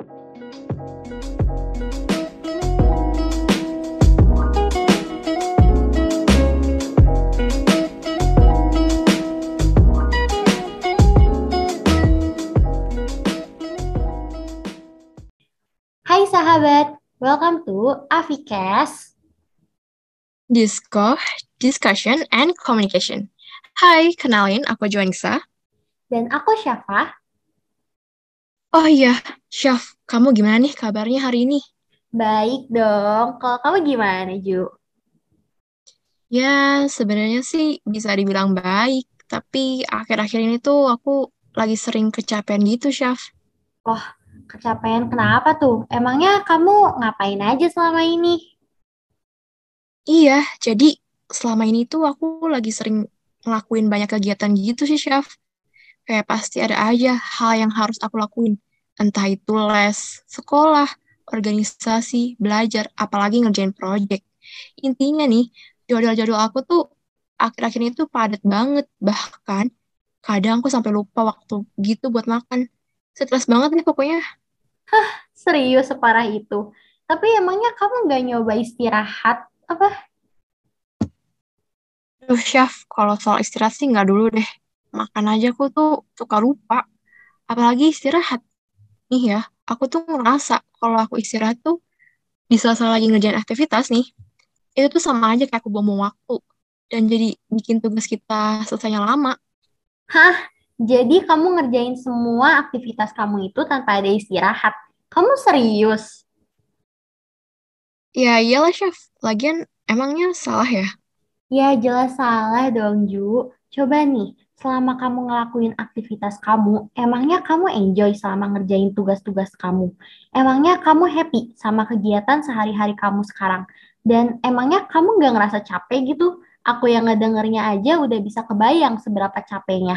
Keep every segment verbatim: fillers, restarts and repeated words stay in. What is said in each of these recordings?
Hai sahabat, welcome to Avikes. Disco, Discussion, and Communication. Hai, kenalin aku Joanisa. Dan aku Syafa. Oh iya, Syaf, kamu gimana nih kabarnya hari ini? Baik dong, kalau kamu gimana Ju? Ya, sebenarnya sih bisa dibilang baik, tapi akhir-akhir ini tuh aku lagi sering kecapean gitu, Syaf. Oh, kecapean kenapa tuh? Emangnya kamu ngapain aja selama ini? Iya, jadi selama ini tuh aku lagi sering ngelakuin banyak kegiatan gitu sih, Syaf. Kayak pasti ada aja hal yang harus aku lakuin. Entah itu les, sekolah, organisasi, belajar, apalagi ngerjain project. Intinya nih, jadwal-jadwal aku tuh akhir-akhir ini tuh padat banget. Bahkan kadang aku sampai lupa waktu gitu buat makan. Stres banget nih pokoknya. Serius separah itu? Tapi emangnya kamu nggak nyoba istirahat? Apa? Duh, Chef, kalau soal istirahat sih nggak dulu deh. Makan aja aku tuh suka lupa. Apalagi istirahat. Nih ya, aku tuh ngerasa kalau aku istirahat tuh di sela-sela lagi ngerjain aktivitas nih, itu tuh sama aja kayak aku buang waktu. Dan jadi bikin tugas kita selesainya lama. Hah? Jadi kamu ngerjain semua aktivitas kamu itu tanpa ada istirahat? Kamu serius? Ya iyalah, Chef. Lagian emangnya salah ya? Ya jelas salah dong Ju. Coba nih, selama kamu ngelakuin aktivitas kamu, emangnya kamu enjoy selama ngerjain tugas-tugas kamu? Emangnya kamu happy sama kegiatan sehari-hari kamu sekarang? Dan emangnya kamu nggak ngerasa capek gitu? Aku yang ngedengernya aja udah bisa kebayang seberapa capeknya.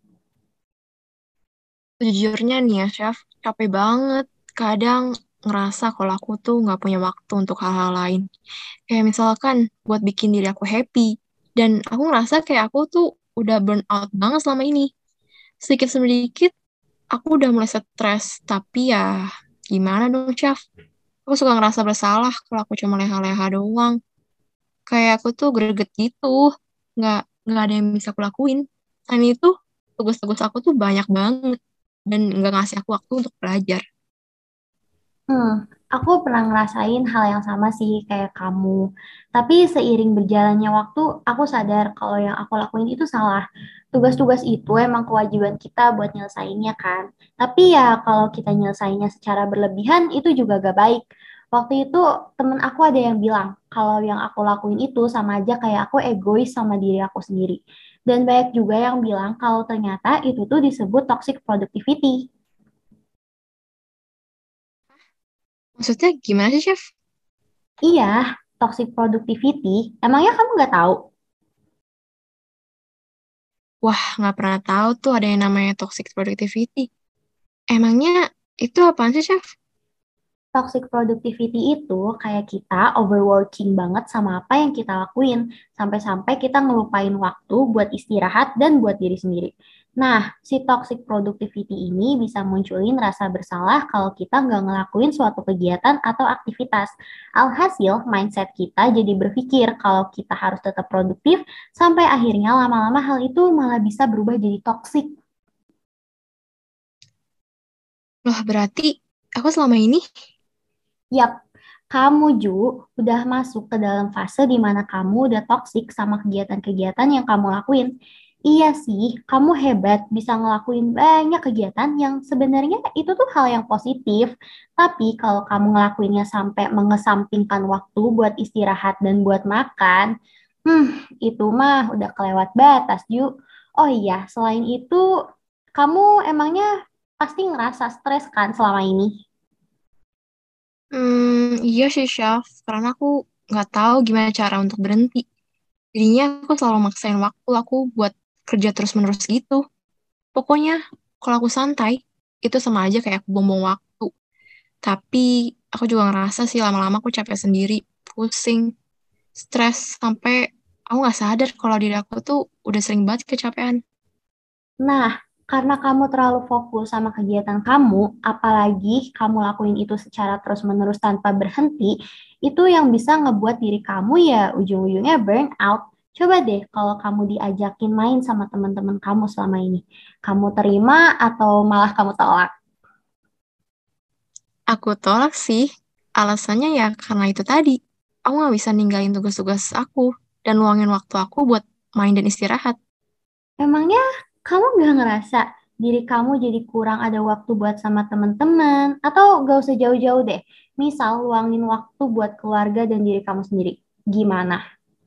Sejujurnya nih ya, Chef, capek banget. Kadang ngerasa kalau aku tuh nggak punya waktu untuk hal-hal lain. Kayak misalkan buat bikin diri aku happy. Dan aku ngerasa kayak aku tuh udah burn out banget selama ini. Sedikit-sedikit aku udah mulai stres. Tapi ya gimana dong, Chef? Aku suka ngerasa bersalah kalau aku cuma leha-leha doang. Kayak aku tuh greget gitu. Nggak, nggak ada yang bisa aku lakuin. Selain itu, tugas-tugas aku tuh banyak banget. Dan nggak ngasih aku waktu untuk belajar. Hmm, aku pernah ngerasain hal yang sama sih kayak kamu. Tapi seiring berjalannya waktu, aku sadar kalau yang aku lakuin itu salah. Tugas-tugas itu emang kewajiban kita buat nyelesainnya kan. Tapi ya kalau kita nyelesainnya secara berlebihan itu juga gak baik. Waktu itu temen aku ada yang bilang kalau yang aku lakuin itu sama aja kayak aku egois sama diri aku sendiri. Dan banyak juga yang bilang kalau ternyata itu tuh disebut toxic productivity. Maksudnya gimana sih, Chef? Iya, toxic productivity. Emangnya kamu nggak tahu? Wah, nggak pernah tahu tuh ada yang namanya toxic productivity. Emangnya itu apaan sih, Chef? Toxic productivity itu kayak kita overworking banget sama apa yang kita lakuin. Sampai-sampai kita ngelupain waktu buat istirahat dan buat diri sendiri. Nah, si toxic productivity ini bisa munculin rasa bersalah kalau kita nggak ngelakuin suatu kegiatan atau aktivitas. Alhasil, mindset kita jadi berpikir kalau kita harus tetap produktif, sampai akhirnya lama-lama hal itu malah bisa berubah jadi toxic. Loh, berarti aku selama ini, Yap, kamu Ju udah masuk ke dalam fase di mana kamu udah toksik sama kegiatan-kegiatan yang kamu lakuin. Iya sih, kamu hebat bisa ngelakuin banyak kegiatan yang sebenarnya itu tuh hal yang positif. Tapi kalau kamu ngelakuinnya sampai mengesampingkan waktu buat istirahat dan buat makan, hmm, itu mah udah kelewat batas, Ju. Oh iya, selain itu, kamu emangnya pasti ngerasa stres kan selama ini? hmm, iya sih, Chef. Karena aku nggak tahu gimana cara untuk berhenti. Jadinya aku selalu maksain waktu aku buat kerja terus-menerus gitu. Pokoknya, kalau aku santai, itu sama aja kayak aku buang waktu. Tapi aku juga ngerasa sih lama-lama aku capek sendiri, pusing, stres, sampai aku nggak sadar kalau diri aku tuh udah sering banget kecapean. Nah, Karena kamu terlalu fokus sama kegiatan kamu, apalagi kamu lakuin itu secara terus-menerus tanpa berhenti, itu yang bisa ngebuat diri kamu ya ujung-ujungnya burn out. Coba deh kalau kamu diajakin main sama teman-teman kamu selama ini. Kamu terima atau malah kamu tolak? Aku tolak sih. Alasannya ya karena itu tadi. Aku nggak bisa ninggalin tugas-tugas aku dan luangin waktu aku buat main dan istirahat. Emangnya kamu gak ngerasa diri kamu jadi kurang ada waktu buat sama teman-teman? Atau gak usah jauh-jauh deh. Misal luangin waktu buat keluarga dan diri kamu sendiri. Gimana?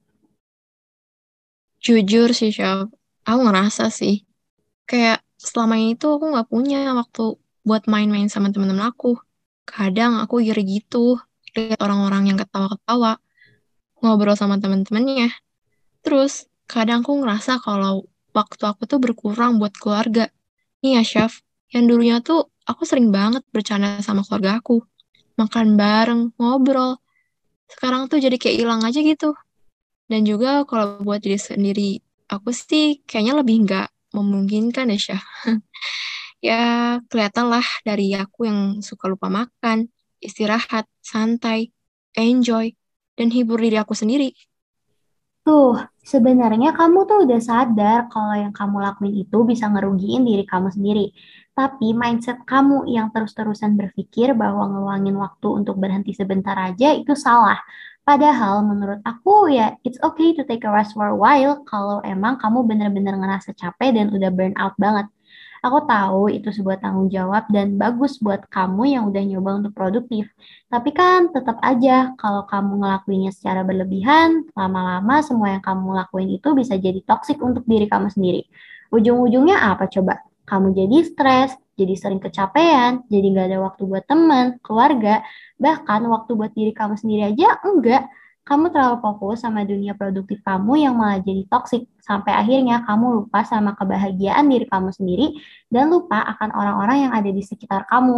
Jujur sih, Syaf. Aku ngerasa sih. Kayak selama ini tuh aku nggak punya waktu buat main-main sama temen-temen aku. Kadang aku iri gitu. Lihat orang-orang yang ketawa-ketawa. Ngobrol sama temen-temennya. Terus, kadang aku ngerasa kalau waktu aku tuh berkurang buat keluarga. Nih ya, Chef, yang dulunya tuh aku sering banget bercanda sama keluarga aku. Makan bareng, ngobrol. Sekarang tuh jadi kayak hilang aja gitu. Dan juga kalau buat diri sendiri, aku sih kayaknya lebih nggak memungkinkan deh, Chef. Ya, kelihatan lah dari aku yang suka lupa makan, istirahat, santai, enjoy, dan hibur diri aku sendiri. Tuh, sebenarnya kamu tuh udah sadar kalau yang kamu lakuin itu bisa ngerugiin diri kamu sendiri. Tapi mindset kamu yang terus-terusan berpikir bahwa ngeluangin waktu untuk berhenti sebentar aja itu salah. Padahal menurut aku ya it's okay to take a rest for a while kalau emang kamu bener-bener ngerasa capek dan udah burn out banget. Aku tahu itu sebuah tanggung jawab dan bagus buat kamu yang udah nyoba untuk produktif. Tapi kan tetap aja kalau kamu ngelakuinnya secara berlebihan, lama-lama semua yang kamu lakuin itu bisa jadi toksik untuk diri kamu sendiri. Ujung-ujungnya apa coba? Kamu jadi stres, jadi sering kecapean, jadi nggak ada waktu buat teman, keluarga, bahkan waktu buat diri kamu sendiri aja enggak. Kamu terlalu fokus sama dunia produktif kamu yang malah jadi toksik, sampai akhirnya kamu lupa sama kebahagiaan diri kamu sendiri dan lupa akan orang-orang yang ada di sekitar kamu.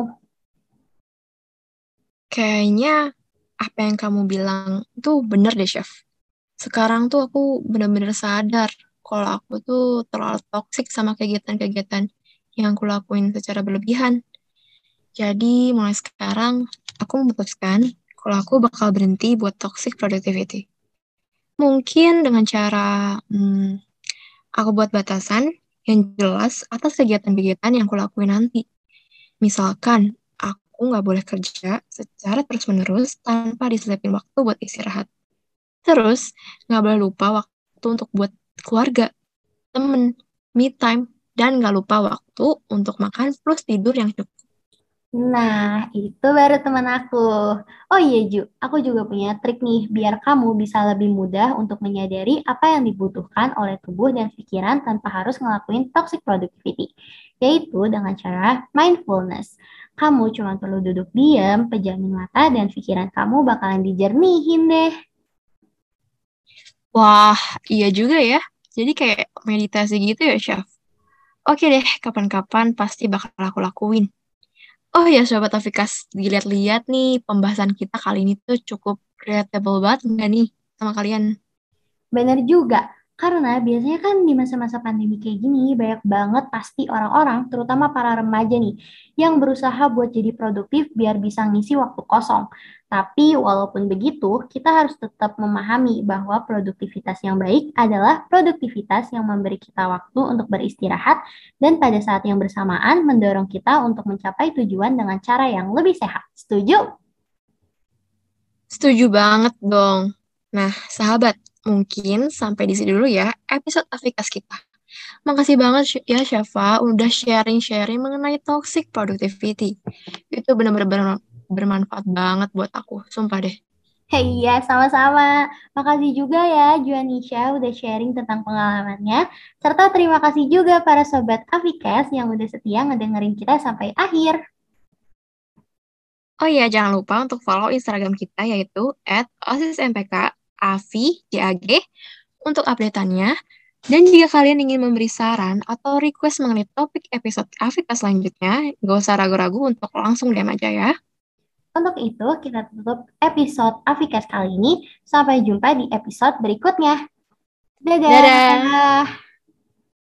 Kayaknya apa yang kamu bilang itu bener deh, Chef. Sekarang tuh aku bener-bener sadar kalau aku tuh terlalu toksik sama kegiatan-kegiatan yang aku lakuin secara berlebihan. Jadi mulai sekarang aku memutuskan kalau aku bakal berhenti buat toxic productivity. Mungkin dengan cara hmm, aku buat batasan yang jelas atas kegiatan-kegiatan yang aku lakuin nanti. Misalkan, aku nggak boleh kerja secara terus-menerus tanpa diselipin waktu buat istirahat. Terus, nggak boleh lupa waktu untuk buat keluarga, temen, me time, dan nggak lupa waktu untuk makan plus tidur yang cukup. Nah, itu baru teman aku. Oh iya, Ju, aku juga punya trik nih biar kamu bisa lebih mudah untuk menyadari apa yang dibutuhkan oleh tubuh dan pikiran tanpa harus ngelakuin toxic productivity, yaitu dengan cara mindfulness. Kamu cuma perlu duduk diam, pejamin mata, dan pikiran kamu bakalan dijernihin deh. Wah, iya juga ya. Jadi kayak meditasi gitu ya, Chef. Oke deh, kapan-kapan pasti bakal aku lakuin. Oh ya, Sobat Afikas, dilihat-lihat nih pembahasan kita kali ini tuh cukup relatable banget nggak nih sama kalian? Benar juga, karena biasanya kan di masa-masa pandemi kayak gini banyak banget pasti orang-orang, terutama para remaja nih, yang berusaha buat jadi produktif biar bisa ngisi waktu kosong. Tapi walaupun begitu, kita harus tetap memahami bahwa produktivitas yang baik adalah produktivitas yang memberi kita waktu untuk beristirahat dan pada saat yang bersamaan mendorong kita untuk mencapai tujuan dengan cara yang lebih sehat. Setuju? Setuju banget dong. Nah, sahabat, mungkin sampai di sini dulu ya episode Afikas kita. Makasih banget Sy- ya Syafa udah sharing-sharing mengenai toxic productivity. Itu benar-benar ber- bermanfaat banget buat aku, sumpah deh. Hei, iya, sama-sama. Makasih juga ya Juanisha udah sharing tentang pengalamannya. Serta terima kasih juga para sobat Avikes yang udah setia ngedengerin kita sampai akhir. Oh iya, jangan lupa untuk follow Instagram kita yaitu at osismpk avi jag untuk update-annya. Dan jika kalian ingin memberi saran atau request mengenai topik episode Afrika selanjutnya, gak usah ragu-ragu untuk langsung D M aja ya. Untuk itu, kita tutup episode Avikes kali ini. Sampai jumpa di episode berikutnya. Dadah! Dadah!